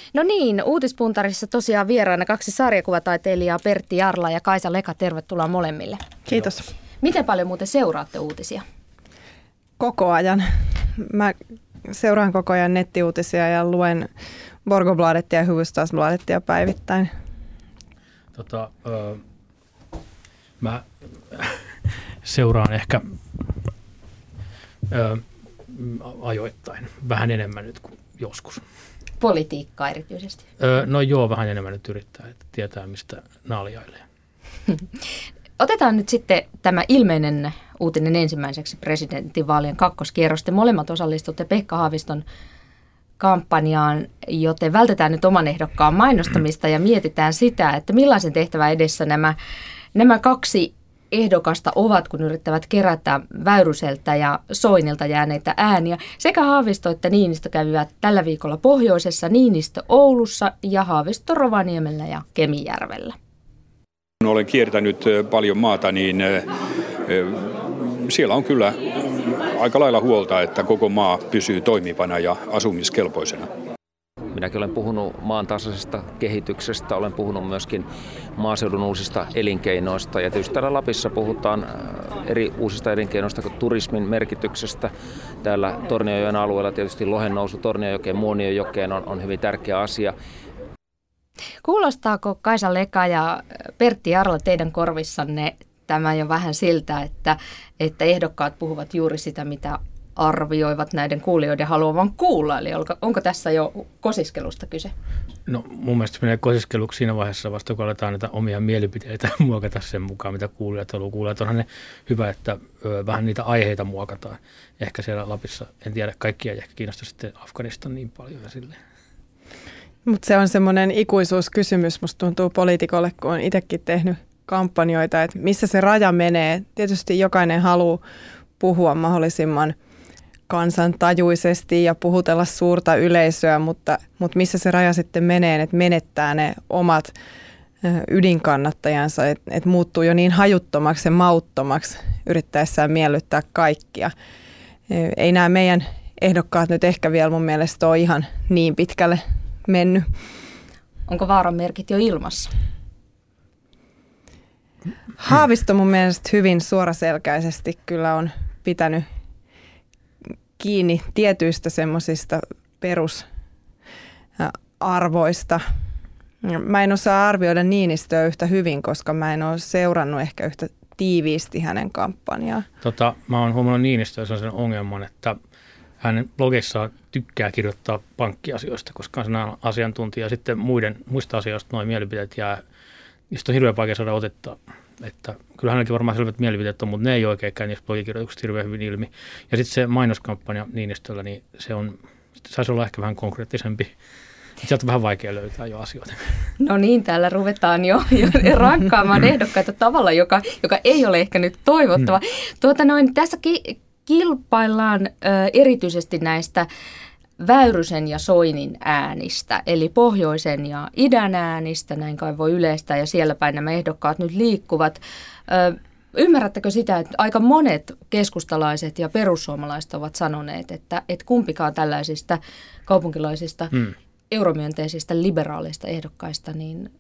No niin, Uutispuntarissa tosiaan vieraana 2 sarjakuvataiteilijaa, Pertti Jarla ja Kaisa Leka. Tervetuloa molemmille. Kiitos. Miten paljon muuten seuraatte uutisia? Koko ajan. Mä seuraan koko ajan nettiuutisia ja luen Borgobladettia ja Hufvudstadsbladettia päivittäin. Mä seuraan ehkä ajoittain, vähän enemmän nyt kuin joskus. Politiikkaa erityisesti? No joo, vähän enemmän nyt yrittää, että tietää mistä naljailee. Otetaan nyt sitten tämä ilmeinen uutinen ensimmäiseksi presidentinvaalien kakkoskierros. Te molemmat osallistutte Pekka Haaviston kampanjaan, joten vältetään nyt oman ehdokkaan mainostamista ja mietitään sitä, että millaisen tehtävän edessä nämä 2 ehdokasta ovat, kun yrittävät kerätä Väyryseltä ja Soinilta jääneitä ääniä. Sekä Haavisto että Niinistö kävivät tällä viikolla pohjoisessa, Niinistö Oulussa ja Haavisto Rovaniemellä ja Kemijärvellä. Kun olen kiertänyt paljon maata, niin siellä on kyllä aika lailla huolta, että koko maa pysyy toimivana ja asumiskelpoisena. Minäkin olen puhunut maan tasaisesta kehityksestä, olen puhunut myöskin maaseudun uusista elinkeinoista ja tietysti täällä Lapissa puhutaan eri uusista elinkeinoista kuin turismin merkityksestä. Täällä Tornionjoen alueella tietysti lohen nousu Tornionjokeen, Muonionjokeen on hyvin tärkeä asia. Kuulostaako Kaisa Leka ja Pertti Jarla teidän korvissanne tämä jo vähän siltä, että ehdokkaat puhuvat juuri sitä, mitä arvioivat näiden kuulijoiden haluavan kuulla? Eli onko tässä jo kosiskelusta kyse? No mun mielestä menee kosiskeluksi siinä vaiheessa vasta, kun aletaan näitä omia mielipiteitä muokata sen mukaan, mitä kuulijat haluaa kuulla. Onhan ne hyvä, että vähän niitä aiheita muokataan. Ehkä siellä Lapissa, en tiedä, kaikkia ei ehkä kiinnosta sitten Afganistan niin paljon ja silleen. Mutta se on semmoinen ikuisuuskysymys, musta tuntuu poliitikolle, kun on itsekin tehnyt kampanjoita, että missä se raja menee. Tietysti jokainen haluaa puhua mahdollisimman kansantajuisesti ja puhutella suurta yleisöä, mutta missä se raja sitten menee, että menettää ne omat ydinkannattajansa, että muuttuu jo niin hajuttomaksi ja mauttomaksi yrittäessään miellyttää kaikkia. Ei nämä meidän ehdokkaat nyt ehkä vielä mun mielestä ole ihan niin pitkälle mennyt. Onko vaaran merkit jo ilmassa? Haavisto mun mielestä hyvin suoraselkäisesti kyllä on pitänyt kiinni tietyistä semmoisista perusarvoista. Mä en osaa arvioida Niinistöä yhtä hyvin, koska mä en ole seurannut ehkä yhtä tiiviisti hänen kampanjaa. Mä oon huomannut Niinistöä sellaisen ongelman, että hänen blogissaan tykkää kirjoittaa pankkiasioista, koska on sellainen asiantuntija. Sitten muista asioista nuo mielipiteet jää, niistä on hirveän vaikea saada otetta. Että kyllä hänelläkin varmaan selvät mielipiteet on, mutta ne ei oikein käy niistä blogikirjoituksista hirveän hyvin ilmi. Ja sitten se mainoskampanja Niinistöllä, niin se saisi olla ehkä vähän konkreettisempi. Sieltä on vähän vaikea löytää jo asioita. No niin, täällä ruvetaan jo rankkaamaan ehdokkaita tavalla, joka ei ole ehkä nyt toivottava. Tässä kilpaillaan erityisesti näistä Väyrysen ja Soinin äänistä, eli pohjoisen ja idän äänistä, näin kai voi yleistää, ja siellä päin nämä ehdokkaat nyt liikkuvat. Ymmärrättekö sitä, että aika monet keskustalaiset ja perussuomalaiset ovat sanoneet, että kumpikaan tällaisista kaupunkilaisista euromyönteisistä liberaaleista ehdokkaista niin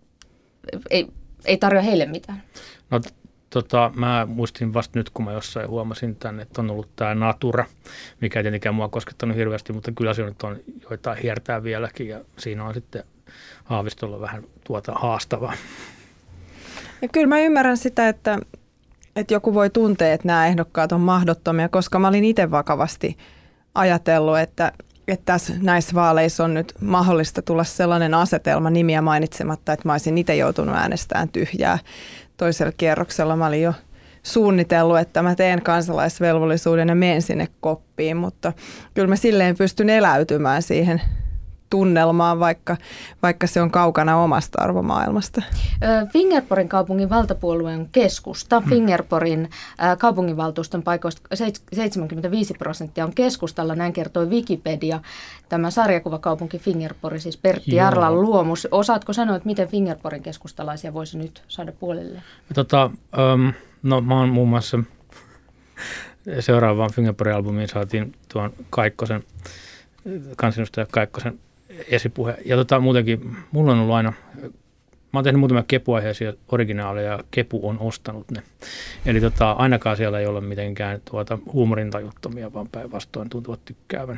ei tarjoa heille mitään? No, mä muistin vasta nyt, kun mä jossain huomasin tänne, että on ollut tämä Natura, mikä ei tietenkään mua koskettanut hirveästi, mutta kyllä se nyt on joitain hiertää vieläkin ja siinä on sitten Haavistolla vähän haastavaa. Ja kyllä mä ymmärrän sitä, että joku voi tuntea, että nämä ehdokkaat on mahdottomia, koska mä olin itse vakavasti ajatellut, että näissä vaaleissa on nyt mahdollista tulla sellainen asetelma nimiä mainitsematta, että mä olisin itse joutunut äänestämään tyhjää. Toisella kierroksella mä olin jo suunnitellut, että mä teen kansalaisvelvollisuuden ja menen sinne koppiin, mutta kyllä mä silleen pystyn eläytymään siihen tunnelmaan, vaikka se on kaukana omasta arvomaailmasta. Fingerporin kaupungin valtapuolue on keskusta. Fingerporin kaupunginvaltuuston paikoista 75% on keskustalla, näin kertoi Wikipedia. Tämä sarjakuvakaupunki Fingerpori, siis Pertti Jarlan luomus. Osaatko sanoa, että miten Fingerporin keskustalaisia voisi nyt saada puolelle? No mä oon muun muassa seuraavaan Fingerporin albumiin saatiin tuon kansanedustaja Kaikkosen esipuhe. Ja muutenkin, mulla on ollut aina, mä oon tehnyt muutamia Kepu-aiheisia originaaleja, ja Kepu on ostanut ne. Eli ainakaan siellä ei ole mitenkään huumorintajuttomia, vaan päinvastoin tuntuvat tykkäävän.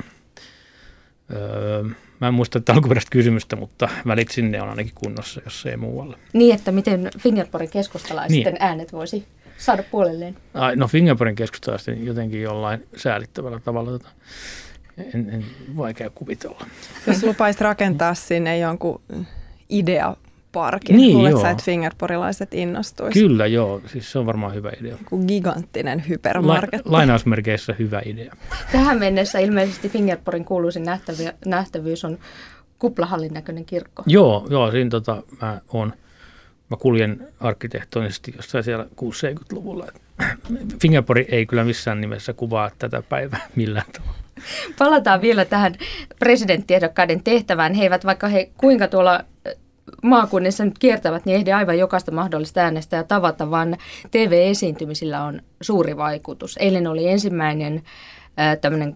Mä en muista alkuperäistä kysymystä, mutta välit sinne on ainakin kunnossa, jos ei muualle. Niin, että miten Fingerporin keskustalaisten äänet voisi saada puolelleen? No Fingerporin keskustalaisten jotenkin jollain säälittävällä tavalla. En vaikea kuvitella. Jos lupaisit rakentaa sinne jonkun ideaparkin, luulet sä, että fingerporilaiset innostuisi? Kyllä, joo. Siis se on varmaan hyvä idea. Giganttinen hypermarketti. Lainausmerkeissä hyvä idea. Tähän mennessä ilmeisesti Fingerporin kuuluisin nähtävyys on kuplahallin näköinen kirkko. Joo, siinä mä kuljen arkkitehtonisesti jossain siellä 60-70-luvulla. Fingerpori ei kyllä missään nimessä kuvaa tätä päivää millään tavalla. Palataan vielä tähän presidenttiehdokkaiden tehtävään. He eivät, vaikka he kuinka tuolla maakunnissa nyt kiertävät, niin ehdi aivan jokaista mahdollista äänestä ja tavata, vaan TV-esiintymisillä on suuri vaikutus. Eilen oli ensimmäinen tämmöinen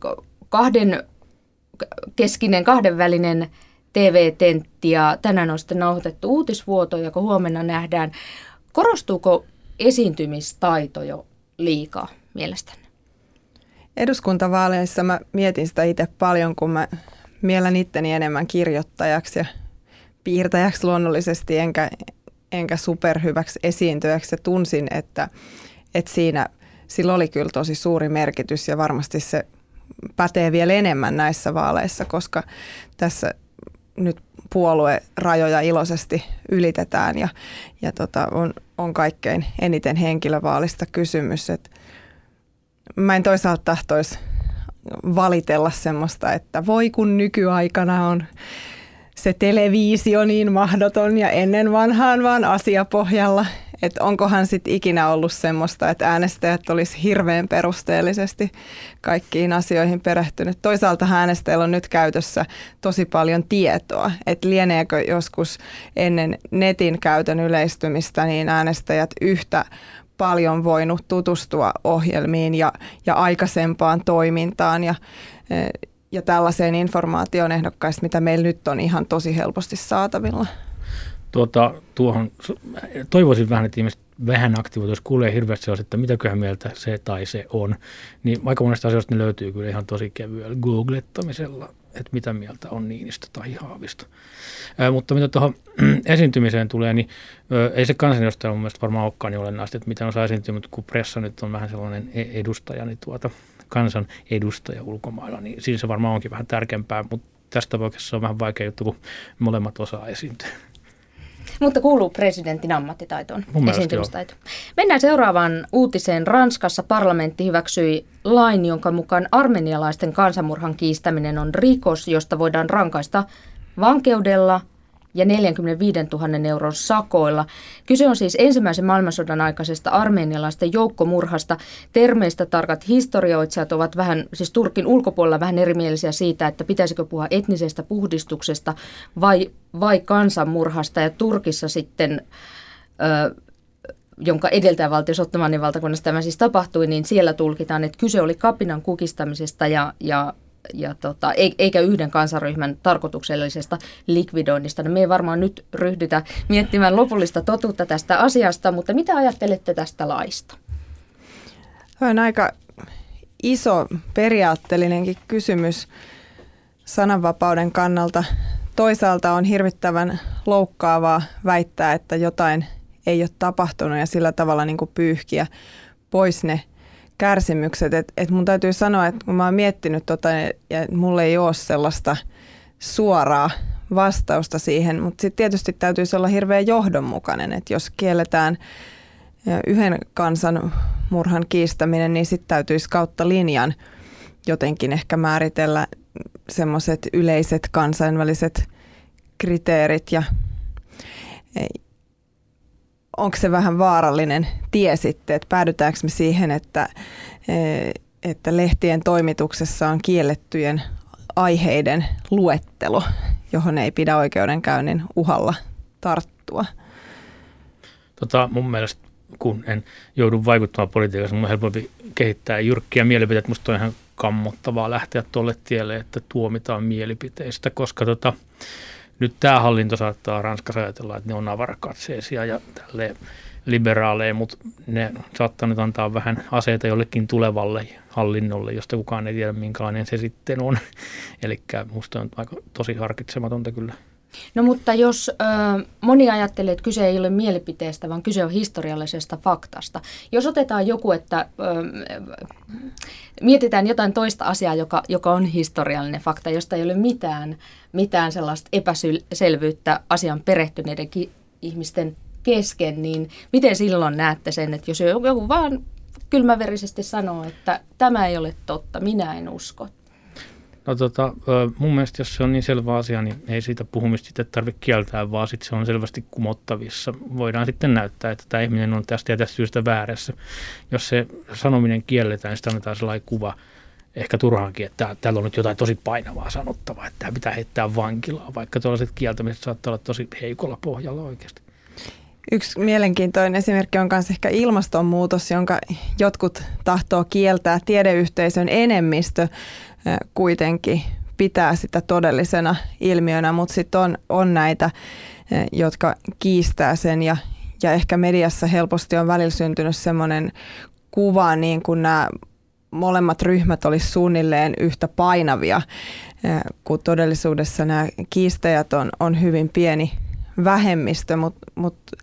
kahdenvälinen TV-tentti ja tänään on sitten nauhoitettu uutisvuoto, joka huomenna nähdään. Korostuuko esiintymistaito jo liikaa mielestäni? Eduskuntavaaleissa mä mietin sitä itse paljon, kun mä miellän itteni enemmän kirjoittajaksi ja piirtäjäksi luonnollisesti, enkä superhyväksi esiintyjäksi. Ja tunsin, että sillä oli kyllä tosi suuri merkitys ja varmasti se pätee vielä enemmän näissä vaaleissa, koska tässä nyt puoluerajoja iloisesti ylitetään ja on kaikkein eniten henkilövaalista kysymys. Mä en toisaalta tahtoisi valitella semmoista, että voi kun nykyaikana on se televisio niin mahdoton ja ennen vanhaan vaan asiapohjalla. Että onkohan sitten ikinä ollut semmoista, että äänestäjät olisi hirveän perusteellisesti kaikkiin asioihin perehtynyt. Toisaalta äänestäjillä on nyt käytössä tosi paljon tietoa, että lieneekö joskus ennen netin käytön yleistymistä niin äänestäjät yhtä paljon voinut tutustua ohjelmiin ja aikaisempaan toimintaan ja tällaiseen informaatioon ehdokkaista, mitä meillä nyt on ihan tosi helposti saatavilla. Tuohon toivoisin vähän, että ihmiset vähän aktivoituisi, kuulee hirveästi sellaista, että mitäköhän mieltä se tai se on. Niin aika monesta asioista ne löytyy kyllä ihan tosi kevyellä googlettamisella, että mitä mieltä on Niinistö tai Haavisto. Mutta mitä tuohon esiintymiseen tulee, niin ei se kansanedustaja mun mielestä varmaan olekaan niin olennaista, että miten osaa esiintyä, mutta kun pressa nyt on vähän sellainen edustaja, niin kansan edustaja ulkomailla, niin siinä se varmaan onkin vähän tärkeämpää, mutta tässä tapauksessa se on vähän vaikea juttu, kun molemmat osaa esiintyä. Mutta kuuluu presidentin ammattitaitoon, esiintymistaito. Mennään seuraavaan uutiseen. Ranskassa parlamentti hyväksyi lain, jonka mukaan armenialaisten kansanmurhan kiistäminen on rikos, josta voidaan rankaista vankeudella ja 45 000 euron sakoilla. Kyse on siis ensimmäisen maailmansodan aikaisesta armenialaisten joukkomurhasta. Termeistä tarkat historioitsijat ovat siis Turkin ulkopuolella vähän erimielisiä siitä, että pitäisikö puhua etnisestä puhdistuksesta vai kansanmurhasta. Ja Turkissa sitten, jonka edeltäjävaltiossa Ottomanin valtakunnassa tämä siis tapahtui, niin siellä tulkitaan, että kyse oli kapinan kukistamisesta eikä yhden kansanryhmän tarkoituksellisesta likvidoinnista. No me ei varmaan nyt ryhdytä miettimään lopullista totuutta tästä asiasta, mutta mitä ajattelette tästä laista? On aika iso periaatteellinenkin kysymys sananvapauden kannalta. Toisaalta on hirvittävän loukkaavaa väittää, että jotain ei ole tapahtunut ja sillä tavalla niin kuin pyyhkiä pois ne kärsimykset. Et mun täytyy sanoa, että kun mä oon miettinyt ja mulla ei ole sellaista suoraa vastausta siihen, mutta sitten tietysti täytyisi olla hirveän johdonmukainen, että jos kielletään yhden kansanmurhan kiistäminen, niin sitten täytyisi kautta linjan jotenkin ehkä määritellä semmoiset yleiset kansainväliset kriteerit ja onko se vähän vaarallinen tie sitten, että päädytäänkö me siihen, että lehtien toimituksessa on kiellettyjen aiheiden luettelo, johon ei pidä oikeudenkäynnin uhalla tarttua? Mun mielestä, kun en joudu vaikuttamaan politiikassa, mun on helpompi kehittää jyrkkiä mielipiteitä. Musta on ihan kammottavaa lähteä tuolle tielle, että tuomitaan mielipiteistä, koska nyt tämä hallinto saattaa Ranskassa ajatella, että ne on avarakatseisia ja tälleen liberaaleja, mutta ne saattaa nyt antaa vähän aseita jollekin tulevalle hallinnolle, josta kukaan ei tiedä, minkälainen se sitten on. Eli musta on aika tosi harkitsematonta kyllä. No mutta jos moni ajattelee, että kyse ei ole mielipiteestä, vaan kyse on historiallisesta faktasta. Jos otetaan joku, että mietitään jotain toista asiaa, joka on historiallinen fakta, josta ei ole mitään sellaista epäselvyyttä asian perehtyneiden ihmisten kesken, niin miten silloin näette sen, että jos joku vaan kylmäverisesti sanoo, että tämä ei ole totta, minä en usko? No mun mielestä, jos se on niin selvä asia, niin ei siitä puhumista sitten tarvitse kieltää, vaan sitten se on selvästi kumottavissa. Voidaan sitten näyttää, että tämä ihminen on tästä ja tästä syystä väärässä. Jos se sanominen kielletään, niin sitä annetaan sellainen kuva, ehkä turhaankin, että täällä on nyt jotain tosi painavaa sanottavaa, että tämä pitää heittää vankilaan, vaikka tuollaiset kieltämiset saattaa olla tosi heikolla pohjalla oikeasti. Yksi mielenkiintoinen esimerkki on myös ehkä ilmastonmuutos, jonka jotkut tahtoo kieltää. Tiedeyhteisön enemmistö kuitenkin pitää sitä todellisena ilmiönä, mutta sitten on näitä, jotka kiistää sen ja ehkä mediassa helposti on välillä syntynyt semmoinen kuva, niin kuin nämä molemmat ryhmät olisi suunnilleen yhtä painavia, kun todellisuudessa nämä kiistäjät on hyvin pieni vähemmistö, mutta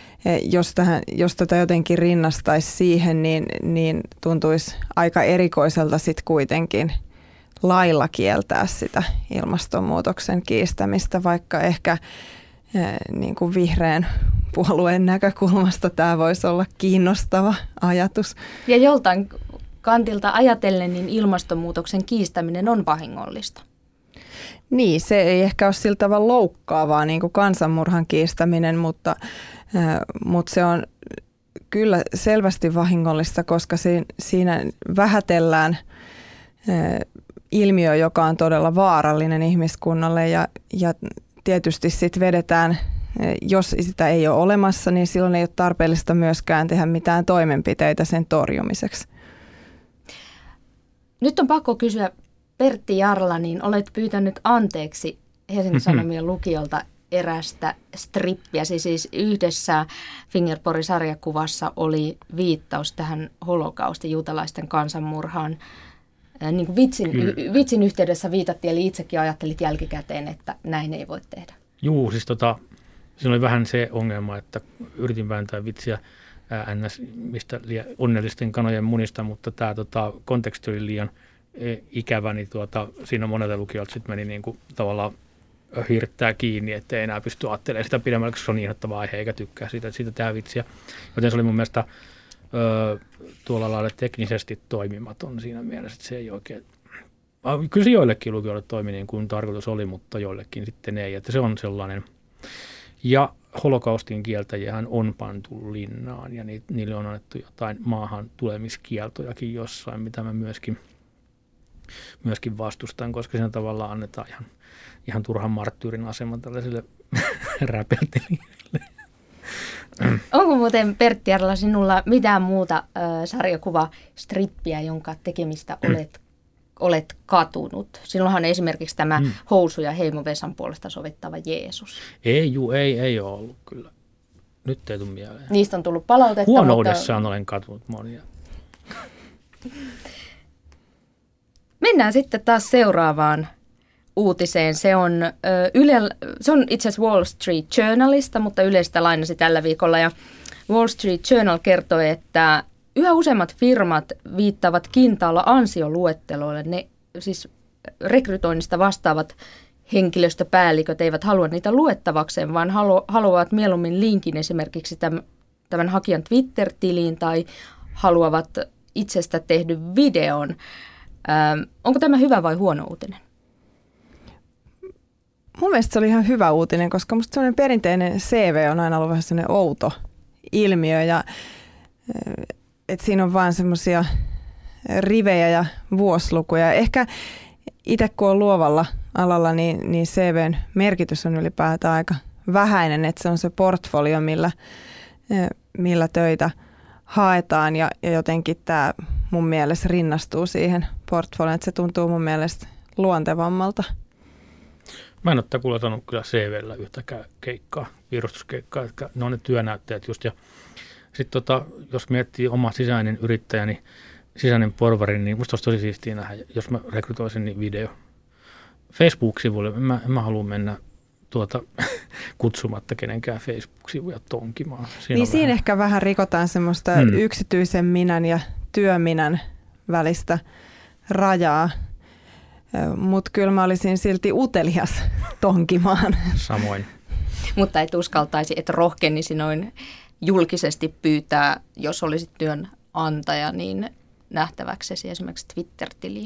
jos tätä jotenkin rinnastaisi siihen, niin tuntuisi aika erikoiselta sitten kuitenkin lailla kieltää sitä ilmastonmuutoksen kiistämistä, vaikka ehkä niin kuin vihreän puolueen näkökulmasta tämä voisi olla kiinnostava ajatus. Ja joltain kantilta ajatellen, niin ilmastonmuutoksen kiistäminen on vahingollista. Niin, se ei ehkä ole sillä tavalla loukkaavaa niin kuin kansanmurhan kiistäminen, mutta se on kyllä selvästi vahingollista, koska siinä vähätellään ilmiö, joka on todella vaarallinen ihmiskunnalle ja tietysti sitten vedetään, jos sitä ei ole olemassa, niin silloin ei ole tarpeellista myöskään tehdä mitään toimenpiteitä sen torjumiseksi. Nyt on pakko kysyä, Pertti Jarla, niin olet pyytänyt anteeksi Helsingin Sanomien lukiolta erästä strippiä. Siis yhdessä Fingerpori-sarjakuvassa oli viittaus tähän holokaustin, juutalaisten kansanmurhaan. Niin kuin vitsin yhteydessä viitattiin, eli itsekin ajattelit jälkikäteen, että näin ei voi tehdä. Juu, siis siinä oli vähän se ongelma, että yritin vääntää vitsiä mistä onnellisten kanojen munista, mutta tämä konteksti oli liian ikävä, niin siinä monelta lukijoilta sitten meni niin kuin tavallaan hirttää kiinni, ettei enää pysty ajattelemaan sitä pidemmälle, koska se on niin innoittava aihe, eikä tykkää siitä tehdä vitsiä. Joten se oli mun mielestä tuolla lailla teknisesti toimimaton siinä mielessä, että se ei oikein. Kyllä se joillekin lukijoille toimi niin kuin tarkoitus oli, mutta joillekin sitten ei. Että se on sellainen. Ja holokaustin kieltäjiähän on pantu linnaan ja niille on annettu jotain maahan tulemiskieltojakin jossain, mitä mä myöskin vastustan, koska siinä tavallaan annetaan ihan turhan marttyyrin asema tällaisille räpeltelijöille. Onko muuten, Pertti Jarla, sinulla mitään muuta sarjakuvastrippiä, jonka tekemistä olet katunut? Sinullahan on esimerkiksi tämä Housu ja Heimo Vesan puolesta sovittava Jeesus. Ei ole ollut kyllä. Nyt ei tule mieleen. Niistä on tullut palautetta. Huonoudessaan olen katunut monia. Mennään sitten taas seuraavaan uutiseen. Se on itse asiassa Wall Street Journalista, mutta Ylestä lainasi tällä viikolla. Ja Wall Street Journal kertoi, että yhä useammat firmat viittaavat kintaalla ansioluetteloille. Ne siis rekrytoinnista vastaavat henkilöstöpäälliköt eivät halua niitä luettavakseen, vaan haluavat mieluummin linkin esimerkiksi tämän hakijan Twitter-tiliin tai haluavat itsestä tehdyn videon. Onko tämä hyvä vai huono uutinen? Mun mielestä se oli ihan hyvä uutinen, koska musta sellainen perinteinen CV on aina ollut vähän sellainen outo ilmiö ja että siinä on vaan semmoisia rivejä ja vuosilukuja. Ehkä itse kun on luovalla alalla, niin CVn merkitys on ylipäätään aika vähäinen, että se on se portfolio, millä töitä haetaan ja jotenkin tämä mun mielestä rinnastuu siihen portfolion, että se tuntuu mun mielestä luontevammalta. Mä en ole takulla saanut kyllä CV:llä yhtäkään keikkaa, piirustuskeikkaa, että ne on ne työnäyttäjät just. Ja sitten jos miettii oma sisäinen yrittäjä, niin sisäinen porvari, niin musta olisi tosi siistiä nähdä, jos mä rekrytoisin niin video Facebook-sivuille. En mä halua mennä kutsumatta kenenkään Facebook-sivuja tonkimaan. Siinä ehkä vähän rikotaan semmoista yksityisen minän ja työminän välistä rajaa, mutta kyllä mä olisin silti utelias tonkimaan. Samoin. Mutta et uskaltaisi, et rohkenisi noin julkisesti pyytää, jos olisit työnantaja, niin nähtäväksesi esimerkiksi Twitter-tiliä.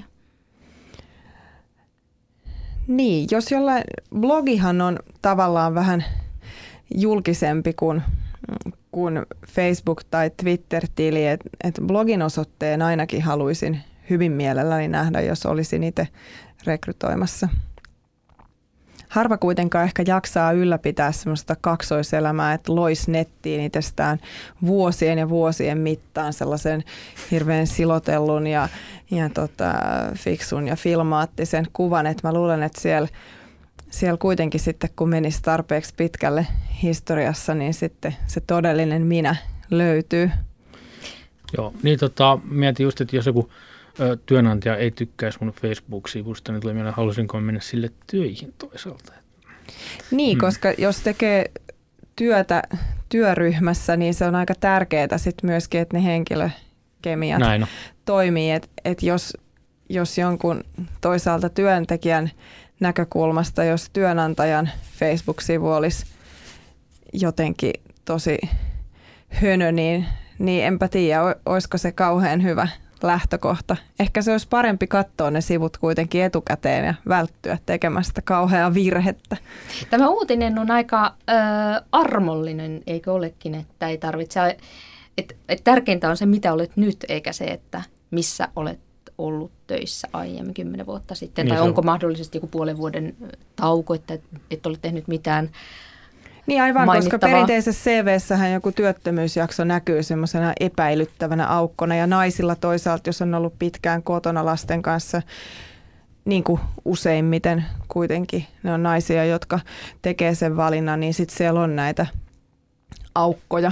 Niin, jos jollain, blogihan on tavallaan vähän julkisempi kuin Facebook- tai Twitter-tili, että blogin osoitteen ainakin haluaisin hyvin mielelläni nähdä, jos olisin itse rekrytoimassa. Harva kuitenkaan ehkä jaksaa ylläpitää semmoista kaksoiselämää, että loisi nettiin itsestään vuosien ja vuosien mittaan sellaisen hirveän silotellun ja fiksun ja filmaattisen kuvan. Että mä luulen, että siellä kuitenkin sitten, kun menisi tarpeeksi pitkälle historiassa, niin sitten se todellinen minä löytyy. Joo, niin mietin just, että jos joku työnantaja ei tykkäisi mun Facebook-sivusta, niin tuli mieleen, halusinko mennä sille töihin toisaalta. Niin, koska jos tekee työtä työryhmässä, niin se on aika tärkeää sitten myöskin, että ne henkilökemiat toimii. Että jos jonkun toisaalta työntekijän näkökulmasta, jos työnantajan Facebook-sivu olisi jotenkin tosi hönö, niin enpä tiedä, olisiko se kauhean hyvä lähtökohta. Ehkä se olisi parempi katsoa ne sivut kuitenkin etukäteen ja välttyä tekemästä kauheaa virhettä. Tämä uutinen on aika armollinen, eikö olekin, että ei tarvitse, että tärkeintä on se, mitä olet nyt, eikä se, että missä olet ollut töissä aiemmin 10 vuotta sitten, niin tai onko mahdollisesti joku puolen vuoden tauko, että et ole tehnyt mitään. Niin aivan, koska perinteisessä CV:ssähän joku työttömyysjakso näkyy semmoisena epäilyttävänä aukkona ja naisilla toisaalta, jos on ollut pitkään kotona lasten kanssa, niin kuin useimmiten kuitenkin ne on naisia, jotka tekee sen valinnan, niin sitten siellä on näitä aukkoja.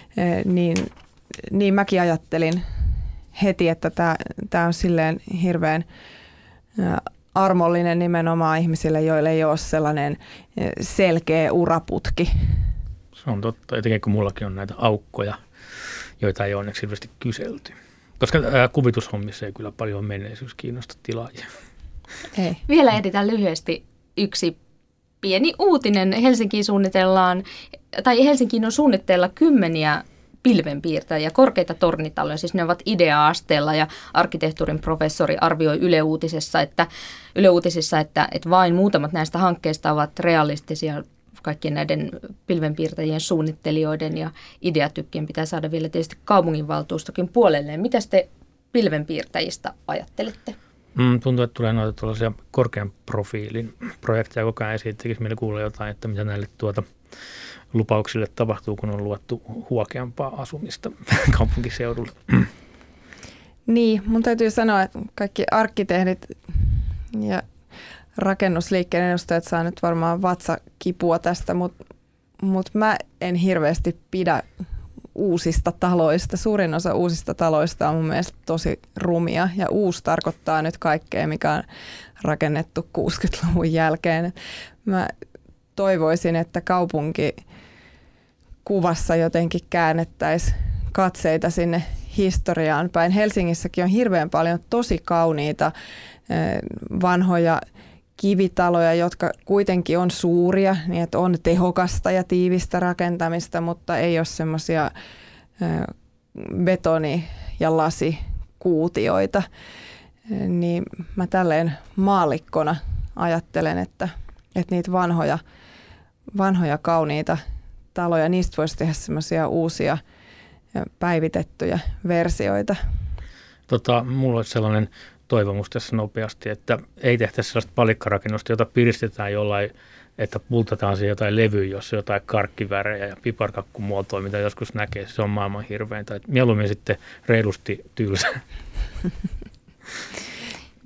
Niin mäkin ajattelin heti, että tämä on silleen hirveän armollinen nimenomaan ihmisille, joille ei ole sellainen selkeä uraputki. Se on totta, etenkin kun mullakin on näitä aukkoja, joita ei onneksi hirveästi kyselty. Koska kuvitushommissa ei kyllä paljon menneisyys kiinnosta tilaajia. Ei. Vielä editään lyhyesti yksi pieni uutinen. Helsinkiin on suunnitteilla 10 pilvenpiirtäjiä, korkeita tornitaloja, siis ne ovat idea-asteella ja arkkitehtuurin professori arvioi Yle Uutisissa, että vain muutamat näistä hankkeista ovat realistisia kaikkien näiden pilvenpiirtäjien suunnittelijoiden ja ideatykkien pitää saada vielä tietysti kaupunginvaltuustokin puolelleen. Mitä te pilvenpiirtäjistä ajattelette? Tuntuu, että tulee noita tuollaisia korkean profiilin projekteja koko ajan esiin, tekisi meille kuulla jotain, että mitä näille lupauksille tapahtuu, kun on luvattu huokeampaa asumista kaupunkiseudulla. Niin, mun täytyy sanoa, että kaikki arkkitehdit ja rakennusliikkeen edustajat saa nyt varmaan vatsakipua tästä, mutta mä en hirveästi pidä uusista taloista. Suurin osa uusista taloista on mun mielestä tosi rumia ja uusi tarkoittaa nyt kaikkea, mikä on rakennettu 60-luvun jälkeen. Mä toivoisin, että kaupunkikuvassa jotenkin käännettäisiin katseita sinne historiaan päin. Helsingissäkin on hirveän paljon tosi kauniita vanhoja kivitaloja, jotka kuitenkin on suuria, niin että on tehokasta ja tiivistä rakentamista, mutta ei ole semmoisia betoni- ja lasikuutioita. Niin mä tälleen maallikkona ajattelen, että niitä vanhoja kauniita taloja, niistä voisi tehdä semmoisia uusia päivitettyjä versioita. Mulla olisi sellainen toivomus tässä nopeasti, että ei tehtäisi sellaista palikkarakennusta, jota piristetään jollain, että pultataan siihen jotain levyä, jos on jotain karkkivärejä ja piparkakkumuotoa, mitä joskus näkee. Se on maailman hirveintä. Mieluummin sitten reilusti tylsä.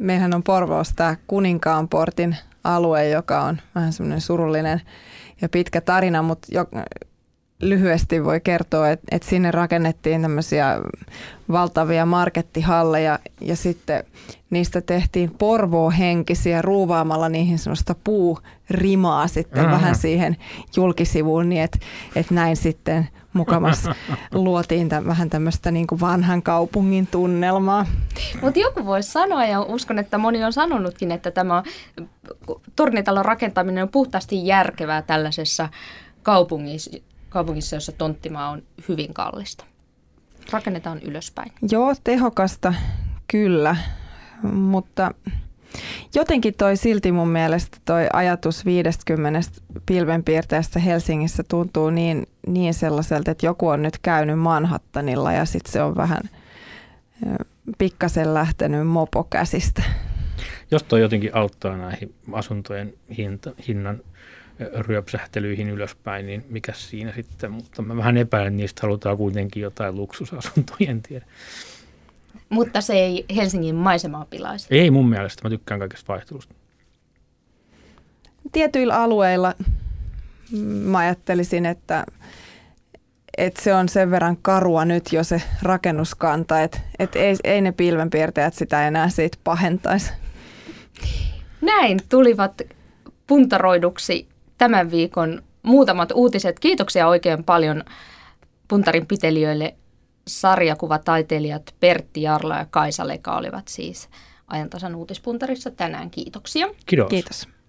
meillähän on Porvoossa tämä Kuninkaanportin alue, joka on vähän semmoinen surullinen ja pitkä tarina, mutta lyhyesti voi kertoa, että sinne rakennettiin tämmöisiä valtavia markettihalleja ja sitten niistä tehtiin Porvoo-henkisiä ruuvaamalla niihin semmoista puurimaa sitten vähän siihen julkisivuun, niin että näin sitten mukamas luotiin vähän tämmöistä niin kuin vanhan kaupungin tunnelmaa. Mutta joku voisi sanoa, ja uskon, että moni on sanonutkin, että tämä tornitalon rakentaminen on puhtaasti järkevää tällaisessa kaupungissa, jossa tonttimaa on hyvin kallista. Rakennetaan ylöspäin. Joo, tehokasta kyllä, mutta jotenkin toi silti mun mielestä toi ajatus 50 pilvenpiirtäjästä Helsingissä tuntuu niin sellaiselta, että joku on nyt käynyt Manhattanilla ja sitten se on vähän pikkasen lähtenyt mopokäsistä. Jos toi jotenkin auttaa näihin asuntojen hinnan ryöpsähtelyihin ylöspäin, niin mikä siinä sitten, mutta mä vähän epäilen, niistä halutaan kuitenkin jotain luksusasuntoja, en tiedä. Mutta se ei Helsingin maisemaa pilaisi. Ei mun mielestä, mä tykkään kaikesta vaihtelusta. Tietyillä alueilla mä ajattelisin, että se on sen verran karua nyt jo se rakennuskanta, että ei ne pilvenpiirtäjät sitä enää siitä pahentaisi. Näin tulivat puntaroiduksi tämän viikon muutamat uutiset. Kiitoksia oikein paljon puntarin pitelijöille. Sarjakuvataiteilijat Pertti Jarla ja Kaisa Leka olivat siis Ajantasan uutispuntarissa tänään. Kiitoksia. Kiitos. Kiitos.